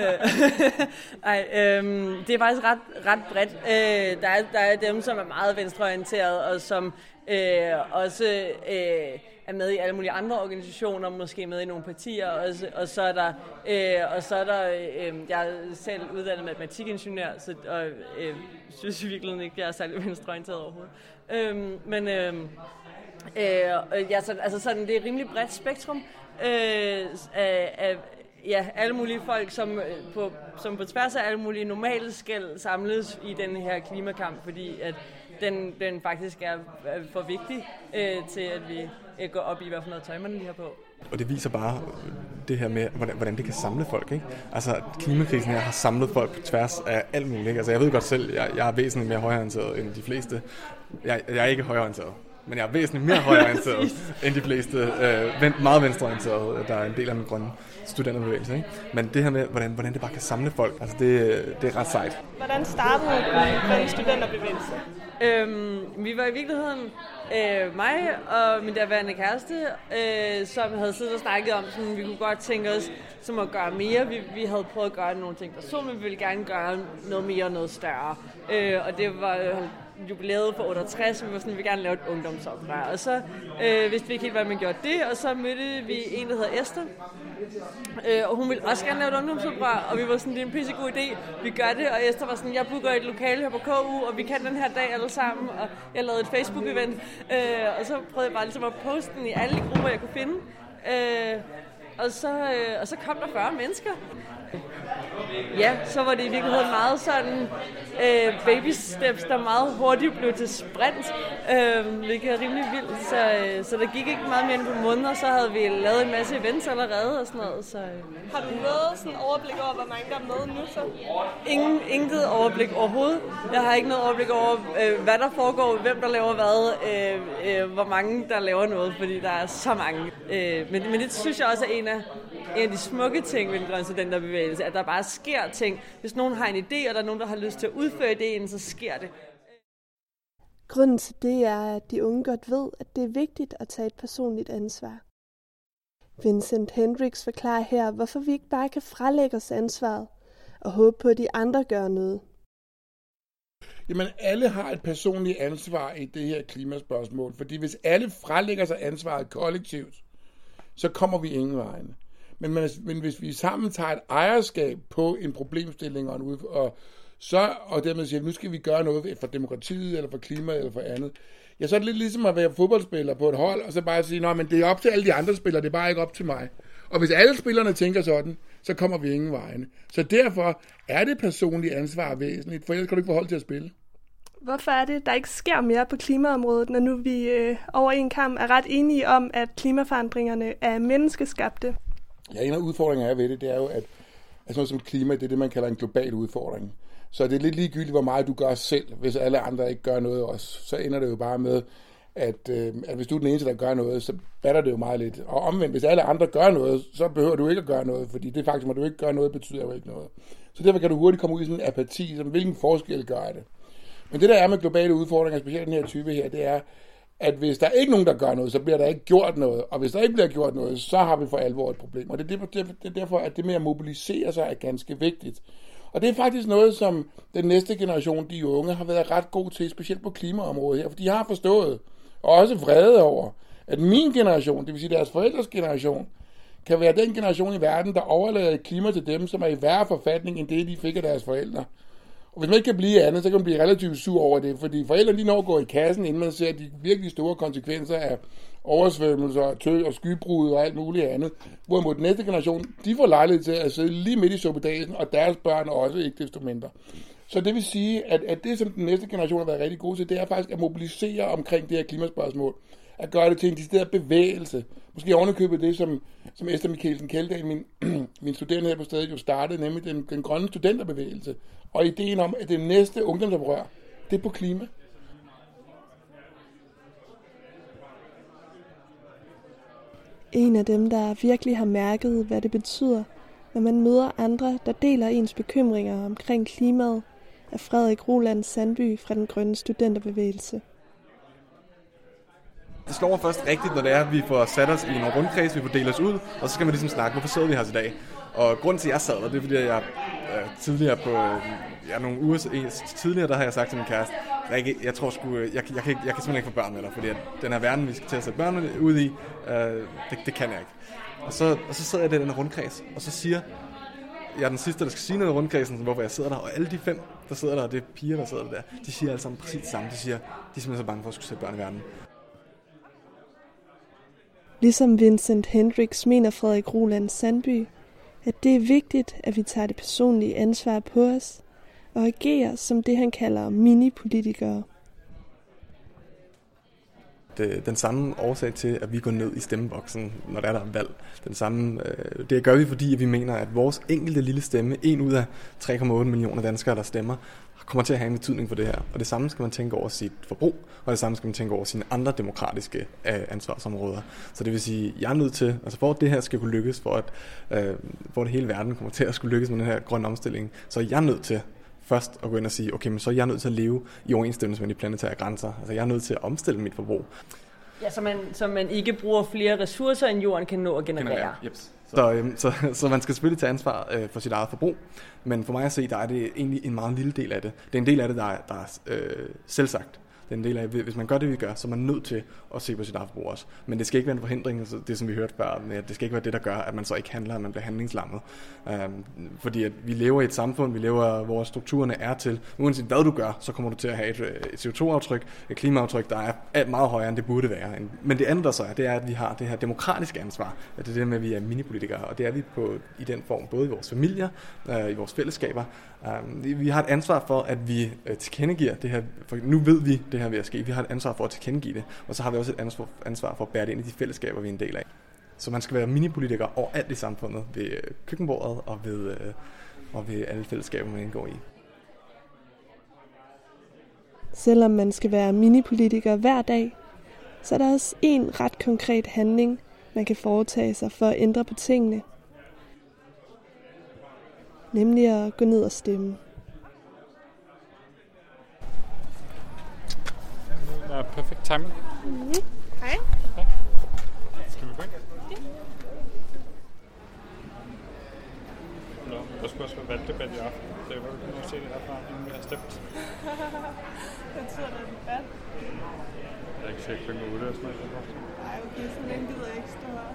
Ej, øhm, det er faktisk ret, ret bredt. Øh, der, er, der er dem, som er meget venstreorienterede, og som øh, også øh, er med i alle mulige andre organisationer, måske med i nogle partier, og, og så er der, øh, og så er der øh, jeg er selv uddannet matematikingeniør, så, og øh, synes i virkeligheden ikke, jeg er særlig venstreorienteret overhovedet. Øh, men øh, øh, ja, så, altså sådan, det er et rimelig bredt spektrum øh, af, af ja, alle mulige folk, som på, som på tværs af alle mulige normale skel samles i den her klimakamp, fordi at den, den faktisk er for vigtig øh, til, at vi øh, går op i, hvad for noget tøj man lige har på. Og det viser bare det her med, hvordan, hvordan det kan samle folk, ikke? Altså, klimakrisen her har samlet folk på tværs af alt muligt, ikke? Altså, jeg ved godt selv, jeg, jeg er væsentligt mere højreorienteret end de fleste. Jeg, jeg er ikke højreorienteret, men jeg er væsentligt mere højreorienteret end de fleste. Øh, meget venstreorienteret, der er en del af min grønne studenterbevægelse, ikke? Men det her med, hvordan, hvordan det bare kan samle folk, altså det, det er ret sejt. Hvordan startede den grønne studenterbevægelse? Øhm, vi var i virkeligheden øh, mig og min daværende kæreste, øh, som havde siddet og snakket om, sådan, vi kunne godt tænke os som at gøre mere. Vi, vi havde prøvet at gøre nogle ting personligt, men vi ville gerne gøre noget mere og noget større. Øh, og det var øh, jubilæet for otteogtres, og vi var sådan, vi ville gerne lave et ungdomsoprør. Og så øh, vidste vi ikke helt, hvad man gjorde det, og så mødte vi en, der hedder Esther. Øh, og hun ville også gerne lave et ungdomsoprør, og vi var sådan, det er en pissegod idé, vi gør det, og Esther var sådan, jeg booker et lokale her på K U, og vi kan den her dag alle sammen, og jeg lavede et Facebook-event, øh, og så prøvede jeg bare ligesom at poste den i alle de grupper, jeg kunne finde, øh, og, så, øh, og så kom der fyrre mennesker. Ja, så var det i virkeligheden meget sådan øh, baby steps, der meget hurtigt blev til sprint, øh, hvilket er rimelig vildt. Så, øh, så der gik ikke meget mere end på måneder, så havde vi lavet en masse events allerede og sådan noget. Så, øh. Har du noget sådan overblik over, hvor mange der er med nu så? Ingen, intet overblik overhovedet. Jeg har ikke noget overblik over, øh, hvad der foregår, hvem der laver hvad, øh, øh, hvor mange der laver noget, fordi der er så mange. Øh, men, men det synes jeg også er en af, en af de smukke ting ved den grønne studenterbevægelse, at der bare sker ting. Hvis nogen har en idé, og der er nogen, der har lyst til at udføre idéen, så sker det. Grunden til det er, at de unge godt ved, at det er vigtigt at tage et personligt ansvar. Vincent Hendricks forklarer her, hvorfor vi ikke bare kan frelægge os ansvaret og håbe på, at de andre gør noget. Jamen, alle har et personligt ansvar i det her klimaspørgsmål, fordi hvis alle frelægger sig ansvaret kollektivt, så kommer vi ingen vegne. Men, men hvis vi sammen tager et ejerskab på en problemstilling og, en ud, og, så, og dermed siger, at nu skal vi gøre noget for demokratiet, eller for klimaet, eller for andet, ja, så er det lidt ligesom at være fodboldspiller på et hold, og så bare sige, nej, men det er op til alle de andre spillere, det er bare ikke op til mig. Og hvis alle spillerne tænker sådan, så kommer vi ingen vegne. Så derfor er det personligt ansvar væsentligt, for ellers kan du ikke få hold til at spille. Hvorfor er det, der ikke sker mere på klimaområdet, når nu vi øh, over en kamp er ret enige om, at klimaforandringerne er menneskeskabte? Ja, en af udfordringerne er ved det, det er jo, at altså noget som klima, det er det, man kalder en global udfordring. Så det er lidt ligegyldigt, hvor meget du gør selv, hvis alle andre ikke gør noget også. Så ender det jo bare med, at, øh, at hvis du er den eneste, der gør noget, så batter det jo meget lidt. Og omvendt, hvis alle andre gør noget, så behøver du ikke at gøre noget, fordi det faktisk, at du ikke gør noget, betyder jo ikke noget. Så derfor kan du hurtigt komme ud i sådan en apati, som hvilken forskel gør det. Men det, der er med globale udfordringer, specielt den her type her, det er, at hvis der er ikke nogen, der gør noget, så bliver der ikke gjort noget. Og hvis der ikke bliver gjort noget, så har vi for alvor et problem. Og det er, det er derfor, at det med at mobilisere sig er ganske vigtigt. Og det er faktisk noget, som den næste generation, de unge, har været ret god til, specielt på klimaområdet her. For de har forstået, og også vrede over, at min generation, det vil sige deres forældres generation, kan være den generation i verden, der overlader et klima til dem, som er i værre forfatning, end det, de fik af deres forældre. Og hvis man ikke kan blive andet, så kan man blive relativt sur over det, fordi forældrene lige når at gå i kassen, inden man ser de virkelig store konsekvenser af oversvømmelser, tø og skybrud og alt muligt andet. Hvorimod den næste generation, de får lejlighed til at sidde lige midt i suppedagen, og deres børn også ikke desto mindre. Så det vil sige, at, at det, som den næste generation har været rigtig gode til, det er faktisk at mobilisere omkring det her klimaspørgsmål. At gøre det til en decideret bevægelse. Måske ovenikøbet det, som, som Esther Mikkelsen Kjeldahl, min, min studerende her på stedet, jo startede, nemlig den, den grønne studenterbevægelse. Og ideen om, at det næste ungdomsoprør, det er på klima. En af dem, der virkelig har mærket, hvad det betyder, når man møder andre, der deler ens bekymringer omkring klimaet, er Frederik Roland Sandby fra den grønne studenterbevægelse. Det slår mig først rigtigt, når det er, at vi får sat os i en rundkreds, vi får delt os ud, og så skal man ligesom snakke, hvorfor sidder vi her i dag? Og grunden til, at jeg sad der, det er fordi, jeg øh, tidligere på ja, nogle uger tidligere, der har jeg sagt til min kæreste, Rikke, jeg tror sgu, jeg, jeg, jeg, kan, jeg kan simpelthen ikke få børn med dig, fordi at den her verden, vi skal til at sætte børnene ud i, øh, det, det kan jeg ikke. Og så, og så sidder jeg i den her rundkreds, og så siger jeg er den sidste, der skal sige noget i rundkredsen, hvorfor jeg sidder der, og alle de fem, der sidder der, og det er piger, der sidder der, de siger alle sammen præcis det samme. De siger, de er simpelthen så bange for at skulle sætte børn i verden. Ligesom Vincent Hendricks mener Frederik Roland Sandby, at det er vigtigt, at vi tager det personlige ansvar på os og agerer som det, han kalder mini-politikere. Det, den samme årsag til, at vi går ned i stemmeboksen, når der er der valg. Den samme, øh, det gør vi, fordi vi mener, at vores enkelte lille stemme, en ud af tre komma otte millioner danskere, der stemmer, kommer til at have en betydning for det her. Og det samme skal man tænke over sit forbrug, og det samme skal man tænke over sine andre demokratiske øh, ansvarsområder. Så det vil sige, at jeg er nødt til, altså for at det her skal kunne lykkes, for at, øh, for at hele verden kommer til at skulle lykkes med den her grønne omstilling, så er jeg nødt til først at gå ind og sige, okay, men så er jeg nødt til at leve i overensstemmelse med de planetære grænser. Altså jeg er nødt til at omstille mit forbrug. Ja, så man, så man ikke bruger flere ressourcer, end jorden kan nå at generere. Yep. Så, øhm, så, så man skal selvfølgelig tage ansvar øh, for sit eget forbrug, men for mig at se, der er det egentlig en meget lille del af det. Det er en del af det, der er, der er øh, selvsagt. Det er en del af, hvis man gør det, vi gør, så er man nødt til at se på sit eget forbrug også. Men det skal ikke være en forhindring, altså det som vi hørte før, det skal ikke være det, der gør, at man så ikke handler, at man bliver handlingslammet. Øhm, fordi at vi lever i et samfund, vi lever, hvor strukturerne er til, uanset hvad du gør, så kommer du til at have et, et C O to aftryk, et klimaaftryk, der er meget højere, end det burde være. Men det andet, der så er, det er, at vi har det her demokratiske ansvar. At det er det med, at vi er minipolitikere, og det er vi på, i den form, både i vores familier, øh, i vores fællesskaber. Um, vi har et ansvar for, at vi øh, tilkendegiver det her, for nu ved vi, det her ved at ske. Vi har et ansvar for at tilkendegive det, og så har vi også et ansvar, ansvar for at bære det ind i de fællesskaber, vi er en del af. Så man skal være minipolitiker overalt i samfundet, ved øh, køkkenbordet og ved, øh, og ved alle fællesskaber, man indgår i. Selvom man skal være minipolitiker hver dag, så er der også en ret konkret handling, man kan foretage sig for at ændre på tingene. Nemlig at gå ned og stemme. Der er perfekt timing. Mm-hmm. Hej. Ja. Skal vi gå ind? Ja. Nå, der skulle også være valgdebat i aften. Det er jo ikke noget at se det herfra, inden vi har stemt. Hvad betyder det debat? Jeg er ikke sikker klokken otte eller sådan noget. Nej, okay, så længe gider jeg ikke stå her.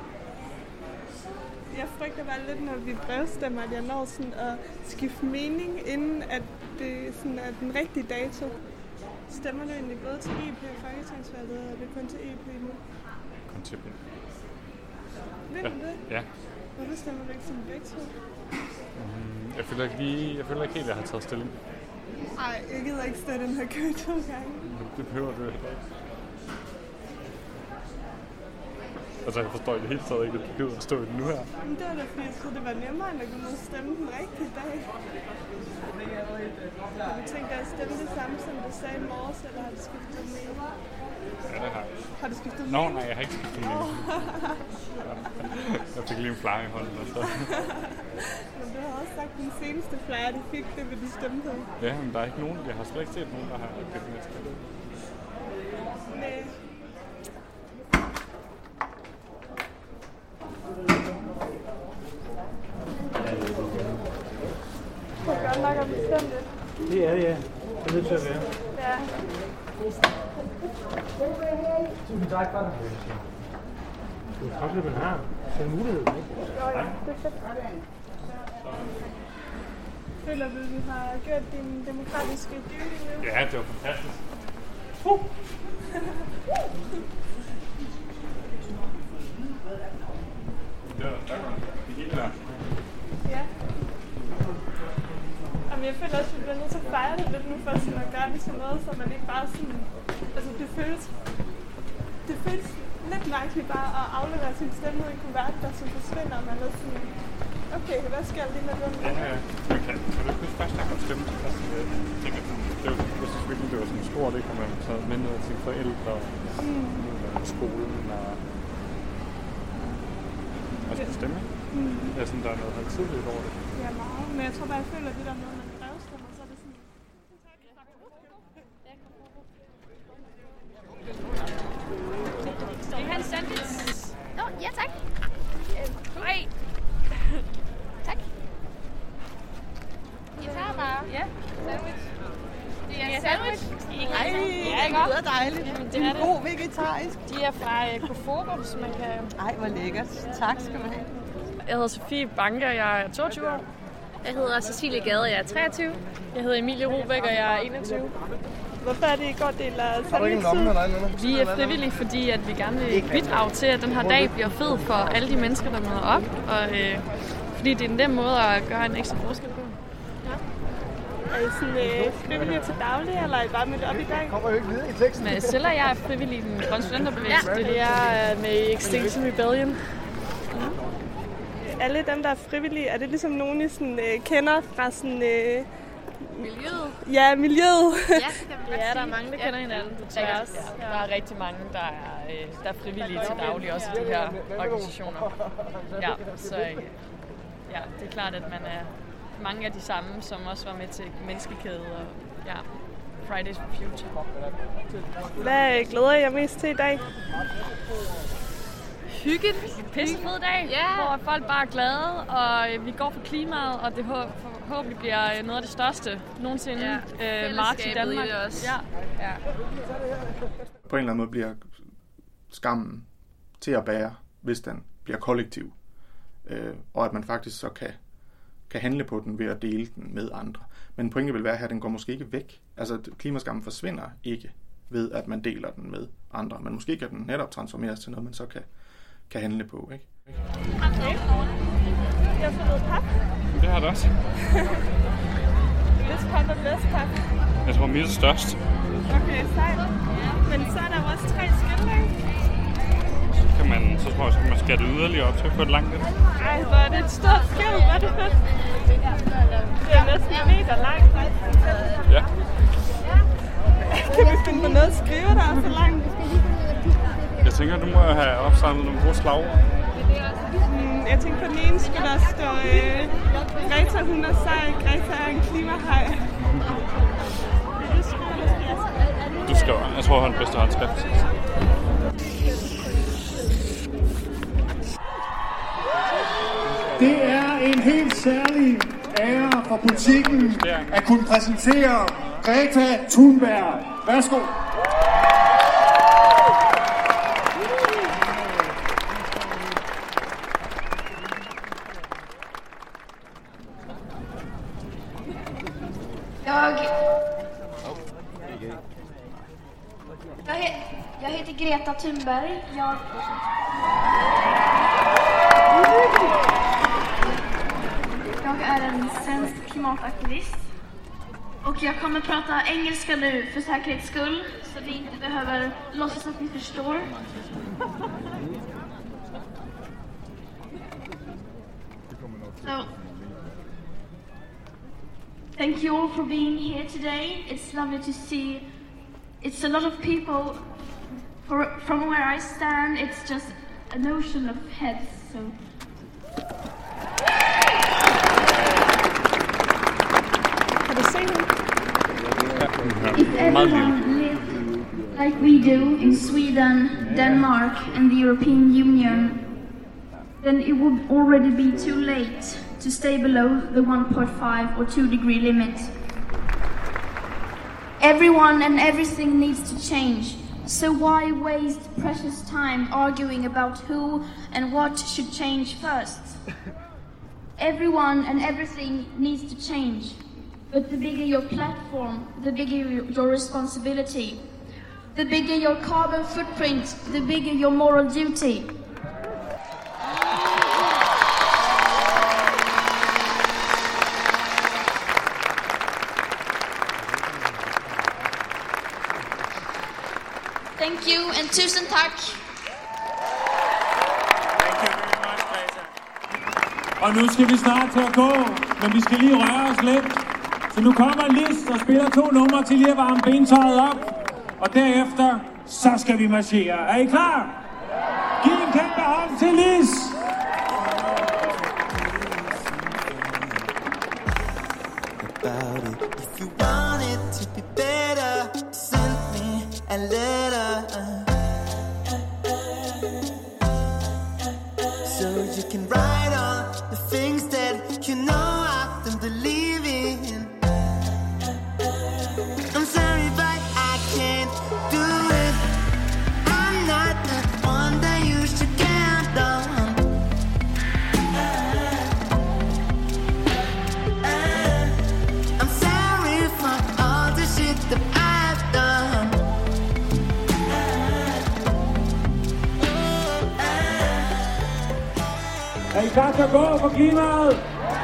Jeg frygter bare lidt, når vi brevstemmer, at jeg når sådan at skifte mening, inden at det sådan er den rigtige dato. Stemmer du egentlig både til E P og Folketingsvalget, eller er det kun til E P nu? Kun til dem. Vil ja. du det? Ja. Hvorfor stemmer du ikke som begge to? Mm, jeg føler ikke lige, jeg føler ikke helt, at jeg har taget stilling. Nej, jeg gider ikke stå den her kø to gange. Det behøver du heller ikke. Altså, jeg forstår i det hele taget ikke, at du gider at stå i den nu her. Men det var da fordi, jeg troede, det var nemmere, end at gå ned og stemme den rigtige dag. Har du tænkt dig at stemme det samme, som du sagde i morges, eller har du skiftet mening? Ja, det har jeg. Har du skiftet Nå, mening? nej, jeg har ikke skiftet mening. Jeg fik lige en flyer i hånden, og så... Men du har også sagt, at den seneste flyer, de fik, det vil du stemme på. Ja, men der er ikke nogen, jeg har slet ikke set nogen, der har givet med til det. Nej. Det er godt nok at bestemme det. Det er det, ja. Det er nødt til at være. Ja. Tusind tak for det. Du har også lidt her. Det er en mulighed, ikke? Jo, ja. Det er fedt. Føler du, at du har gjort din demokratiske dyrning nu? Ja, det var fantastisk. Uh! Det var tak. Det gik der. Ja. Og men jeg føler også, at vi bliver nødt til at fejre det lidt nu, for sådan at gøre det til noget, så man ikke bare sådan... Altså, det føles... Det føles lidt mærkeligt bare at aflevere sin stemme ud i en kuvert, der så forsvinder, og man er sådan... Okay, hvad skal jeg lige med den? Ja, ja. Man kan, kan du ikke huske første gang, man stemte? Altså, jeg tænker, det var, jeg synes virkelig, det var sådan stort, det kan man tage med ned til sine forældre og mm. skolen og... Og skulle stemme, ikke? Mm. Ja, sådan, der er noget højtidligt over det. Ja, meget. Men jeg tror bare, jeg føler, at det der med, at man brevstemmer, så er det sådan... Skal I have en sandwich? Nå, ja tak. Hej. Tak. I tager bare. Ja. Sandwich. Det er Ja, en sandwich. Ej, ja, det lyder dejligt. Jamen, Det er en god vegetarisk. De er fra Koforum, så man kan... Ej, hvor lækkert. Tak skal du have. Jeg hedder Sofie Banker, jeg er toogtyve år. Jeg hedder Cecilie Gade, jeg er treogtyve. Jeg hedder Emilie Robæk, og jeg er enogtyve. Hvorfor er det, I går deler sandwich? Vi er frivillige, fordi at vi gerne vil bidrage til, at den her dag bliver fed for alle de mennesker, der møder op. Og øh, fordi det er en nem måde at gøre en ekstra forskel på. Er I sådan øh, frivillige til daglig, eller er I bare mødt op i dag? Kommer jo ikke videre i teksten. Men selv er jeg frivillig i den grønne studenterbevægelse. Ja. Det er jeg med i Extinction Rebellion. Ja. Alle dem, der er frivillige, er det ligesom nogen, I sådan, øh, kender fra sådan... Øh, miljøet? Ja, miljøet. Ja, det kan man ja, der er mange, der kender hinanden på tværs. Ja. Der er rigtig mange, der er, øh, der er frivillige til daglig, også i de her organisationer. Ja, så øh, ja, det er klart, at man er mange af de samme, som også var med til Menneskekæde og ja, Fridays for Future. Hvad glæder jeg mest til i dag? Hyggen. Pissefed dag, yeah. Hvor folk bare er glade, og vi går for klimaet, og det forhåbentlig bliver noget af det største nogensinde ja. øh, march i Danmark. I det også. Ja. Ja. På en eller anden måde bliver skammen til at bære, hvis den bliver kollektiv, øh, og at man faktisk så kan, kan handle på den ved at dele den med andre. Men pointen vil være her, at den går måske ikke væk. Altså klimaskammen forsvinder ikke ved, at man deler den med andre, men måske kan den netop transformeres til noget, man så kan kan handle på, ikke? Okay. Jeg har fået noget pap. Det har det også. Hvis pap er bedst pap. Jeg tror, mit er størst. Okay, sejt. Men så er der jo også tre skilte, ikke? Så kan man, så tror jeg, så kan man skære det yderligere op til at få det langt lidt. Ej, hvor er det et stort skilt, hvor er det fedt. Det er næsten en meter langt. Ja. Kan vi finde på noget at skrive, der er så langt? Jeg tænker, du må have opsamlet nogle gode slagord. Mm, jeg tænker, på den ene skulle der stå øh, Greta, hun er sej, Greta er en klimahaj. Du skriver. Jeg tror, han er den bedste håndskrift. Det er en helt særlig ære for Politikken at kunne præsentere Greta Thunberg. Værsgo. Jag... Jag, he... jag heter Greta Thunberg. Jag... Jag är en svensk klimataktivist. Och jag kommer prata engelska nu för säkerhets skull, så vi inte behöver låtsas att vi förstår. So, thank you all for being here today. It's lovely to see. It's a lot of people. For, from where I stand, it's just an ocean of heads. So. If everyone lived like we do in Sweden, Denmark, and the European Union, then it would already be too late to stay below the one point five or two degree limit. Everyone and everything needs to change. So why waste precious time arguing about who and what should change first? Everyone and everything needs to change. But the bigger your platform, the bigger your responsibility. The bigger your carbon footprint, the bigger your moral duty. Tusind tak. Og nu skal vi snart til at gå, men vi skal lige røre os lidt. Så nu kommer Lis og spiller to numre til lige at varme bentøjet op. Og derefter, så skal vi marchere. Er I klar? Giv en kæmpe hånd til Lis! If you want it to be better, send me a letter, so you can write all the things that you know I don't believe in. I'm sorry but I can't do it. I'm not the one that you should count on. I'm sorry for all the shit that I've done. Er I klar til at gå for klimaet?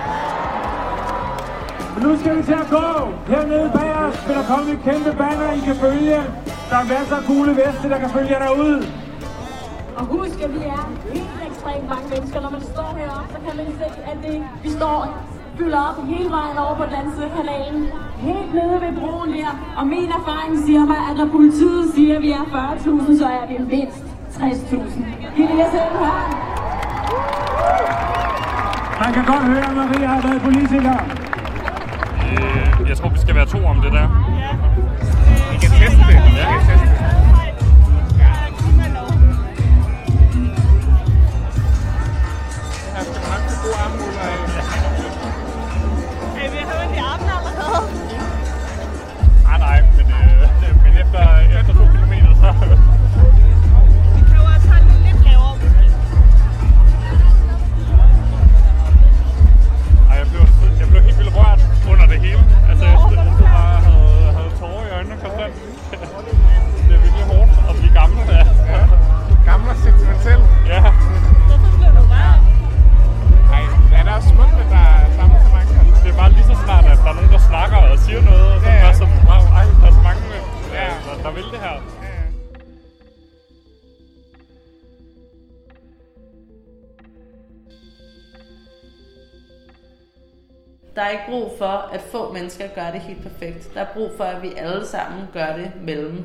Men nu skal vi til at gå. Hernede bag os vil der komme et kæmpe banner, I kan følge. Der er masser af gule veste, der kan følge jer derude. Og husk, at vi er helt ekstremt mange mennesker. Når man står heroppe, så kan man se, at det, vi står fylder op hele vejen over på Dansekanalen. Helt nede ved broen her. Og min erfaring siger mig, at når politiet siger, at vi er fyrre tusind, så er vi mindst tres tusind. Giv det jer selv her. Man kan godt høre, at Maria har været politiker. Øh, jeg tror, vi skal være to om det der. Ja. Vi kan teste det. Ja, vi kan teste det. Her skal man nok få gode armhuler af. Ej, vi har hørt i armen allerede. Nej, nej, men, øh, men efter, efter to kilometer, så... Vi kan jo også holde det lidt lavere, måske. Ej, jeg blev, jeg blev helt vildt rørt under det hele. Altså, jeg stod, jeg stod bare og havde, havde tårer i øjnene konstant. Det er virkelig hårdt at blive gammel. Ja. Ja. Gammel og sentimentel. Ja. Hvorfor blev du rørt? Ej, er der også smukt, at der er sammen så mange? Det er bare lige så snart, at der er nogen, der snakker og siger noget, og så ja, ja. Er sådan, wow, ej, der er så mange, ja, der, der vil det her. Der er ikke brug for, at få mennesker gør det helt perfekt. Der er brug for, at vi alle sammen gør det mellem.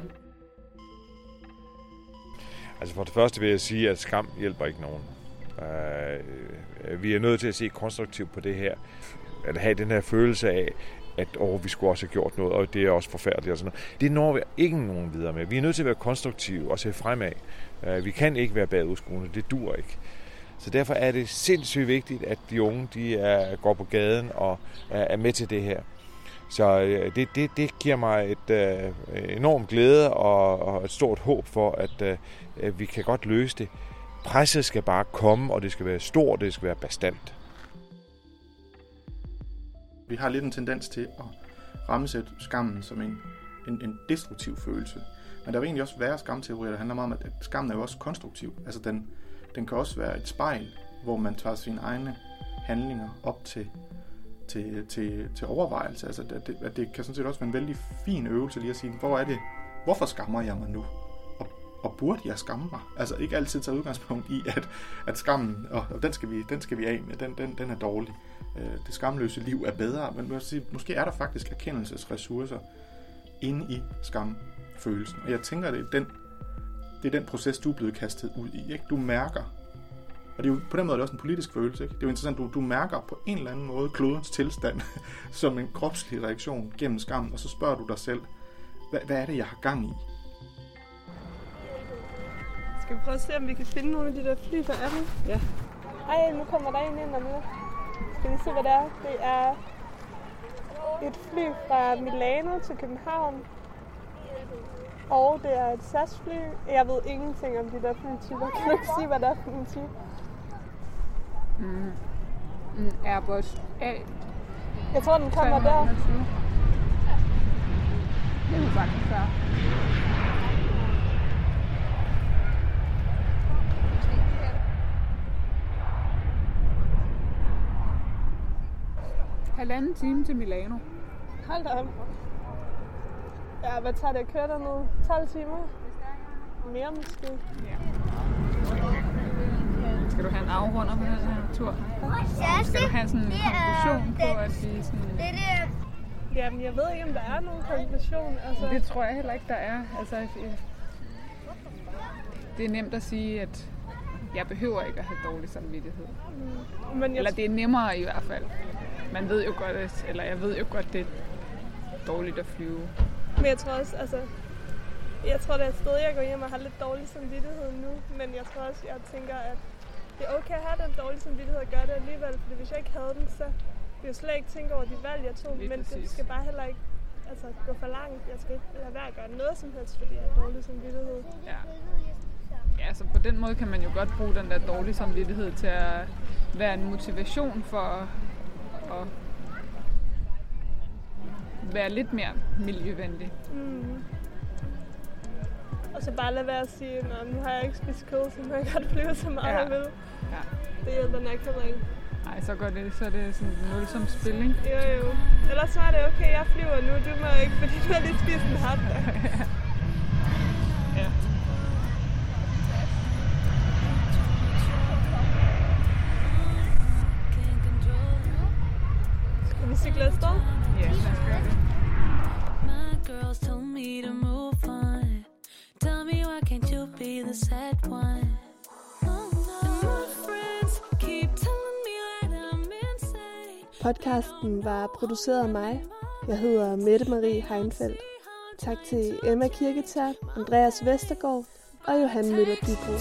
Altså for det første vil jeg sige, at skam hjælper ikke nogen. Uh, vi er nødt til at se konstruktivt på det her. At have den her følelse af, at oh, vi skulle også have gjort noget, og det er også forfærdeligt og sådan noget. Det når vi ikke nogen videre med. Vi er nødt til at være konstruktive og se fremad. Uh, vi kan ikke være bagudskuende. Det dur ikke. Så derfor er det sindssygt vigtigt, at de unge de er, går på gaden og er med til det her. Så det, det, det giver mig et uh, enormt glæde og, og et stort håb for, at uh, vi kan godt løse det. Presset skal bare komme, og det skal være stort, det skal være bastant. Vi har lidt en tendens til at rammesætte skammen som en, en, en destruktiv følelse. Men der vil egentlig også være skamteorier, der handler meget om, at skammen er jo også konstruktiv. Altså den, den kan også være et spejl, hvor man tager sine egne handlinger op til, til, til, til overvejelse. Altså at det, at det kan sådan set også være en vældig fin øvelse lige at sige, hvor er det, hvorfor skammer jeg mig nu? Og, og burde jeg skamme mig? Altså ikke altid tage udgangspunkt i, at, at skammen, og, og den, skal vi, den skal vi af med, den, den, den er dårlig. Det skamløse liv er bedre, men man sige, måske er der faktisk erkendelsesressourcer inde i skamfølelsen. Og jeg tænker, det er den, det er den proces, du er blevet kastet ud i. Ikke? Du mærker, og det er jo, på den måde er det også en politisk følelse. Ikke? Det er jo interessant, du, du mærker på en eller anden måde klodens tilstand som en kropslig reaktion gennem skammen, og så spørger du dig selv, hvad, hvad er det, jeg har gang i? Skal vi prøve at se, om vi kan finde nogle af de der fly, der er der? Ja. Ej, nu kommer der en ind og nu. Skal vi se, hvad det er? Det er et fly fra Milano til København. Og det er et S A S-fly. Jeg ved ingenting om de der flytyper. Kan du ikke sige, hvad det er for en type? Mm. En Airbus A. Jeg tror, den kommer der. Det er faktisk før. Halvanden time til Milano. Hold da op. Ja, hvad tager det at køre dernede? tolv timer? mere måske. Ja. Skal du have en afrunder på den her tur? Skal du have sådan en konklusion på, at vi sådan... Jamen, jeg ved ikke, om der er nogen konklusion. Altså... Det tror jeg heller ikke, der er. Altså, det er nemt at sige, at jeg behøver ikke at have dårlig samvittighed. Mm. Men jeg... Eller det er nemmere i hvert fald. Man ved jo godt, at, eller jeg ved jo godt, det er dårligt at flyve. Men jeg tror også, altså... Jeg tror, det er et sted, jeg går hjem og har lidt dårlig samvittighed nu. Men jeg tror også, jeg tænker, at det er okay at have den dårlige samvittighed og gøre det alligevel. Fordi hvis jeg ikke havde den, så vil jeg slet ikke tænke over de valg, jeg tog. Lige men præcis. Det skal bare heller ikke altså, gå for langt. Jeg skal ikke lade være at gøre noget som helst, fordi jeg har dårlig samvittighed. Ja. Ja, så på den måde kan man jo godt bruge den der dårlige samvittighed til at være en motivation for at være lidt mere miljøvenlig. Mm. Og så bare lade være at sige, at nu har jeg ikke spist kød, så må jeg godt flyve så meget, ja. Jeg vil. Ja. Det hjælper nok heller ikke. Nej, så går det, så er det sådan et nulsomt spil, ikke? Jo, jo. Ellers så er det okay, jeg flyver nu, du må ikke, fordi du har lige spist en hotdog. Ja. Skal vi cykle afsted? Ja, lad os gøre det. Girls told me to move on. Tell me why can't you be the sad one? Podcasten var produceret af mig. Jeg hedder Mette Marie Heinfeldt. Tak til Emma Kirketær, Andreas Vestergaard og Johan Møller Dybro.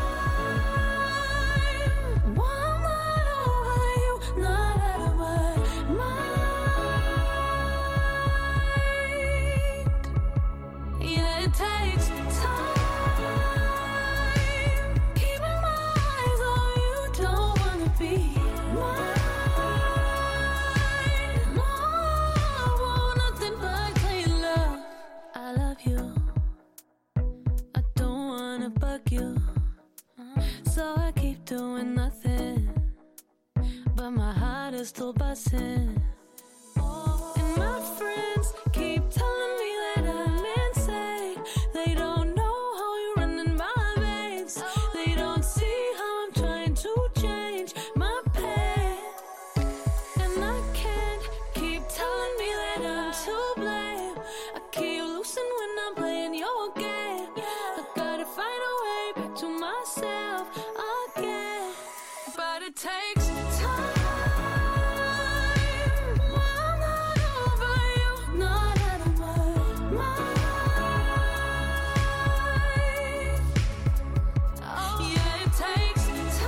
Doing nothing, but my heart is still buzzing. And my friends keep telling me that I'm insane. They don't know how you run in my veins. They don't see how I'm trying to change my pain. And I can't keep telling me that I'm to blame. I keep losing when I'm playing your game. I gotta find a way back to myself. But it takes time. I'm not over you, not out of my mind. Oh, yeah, it takes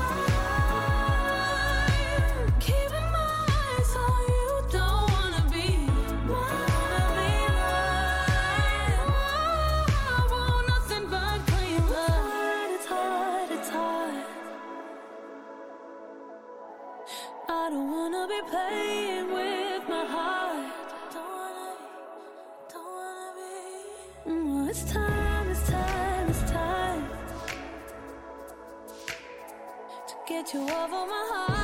time. Keeping my eyes on you, don't wanna be mine. I want nothing but clean love. It's hard, it's hard. I don't wanna be playing with my heart. Don't wanna, don't wanna be. Mm, it's time, it's time, it's time to get you over my heart.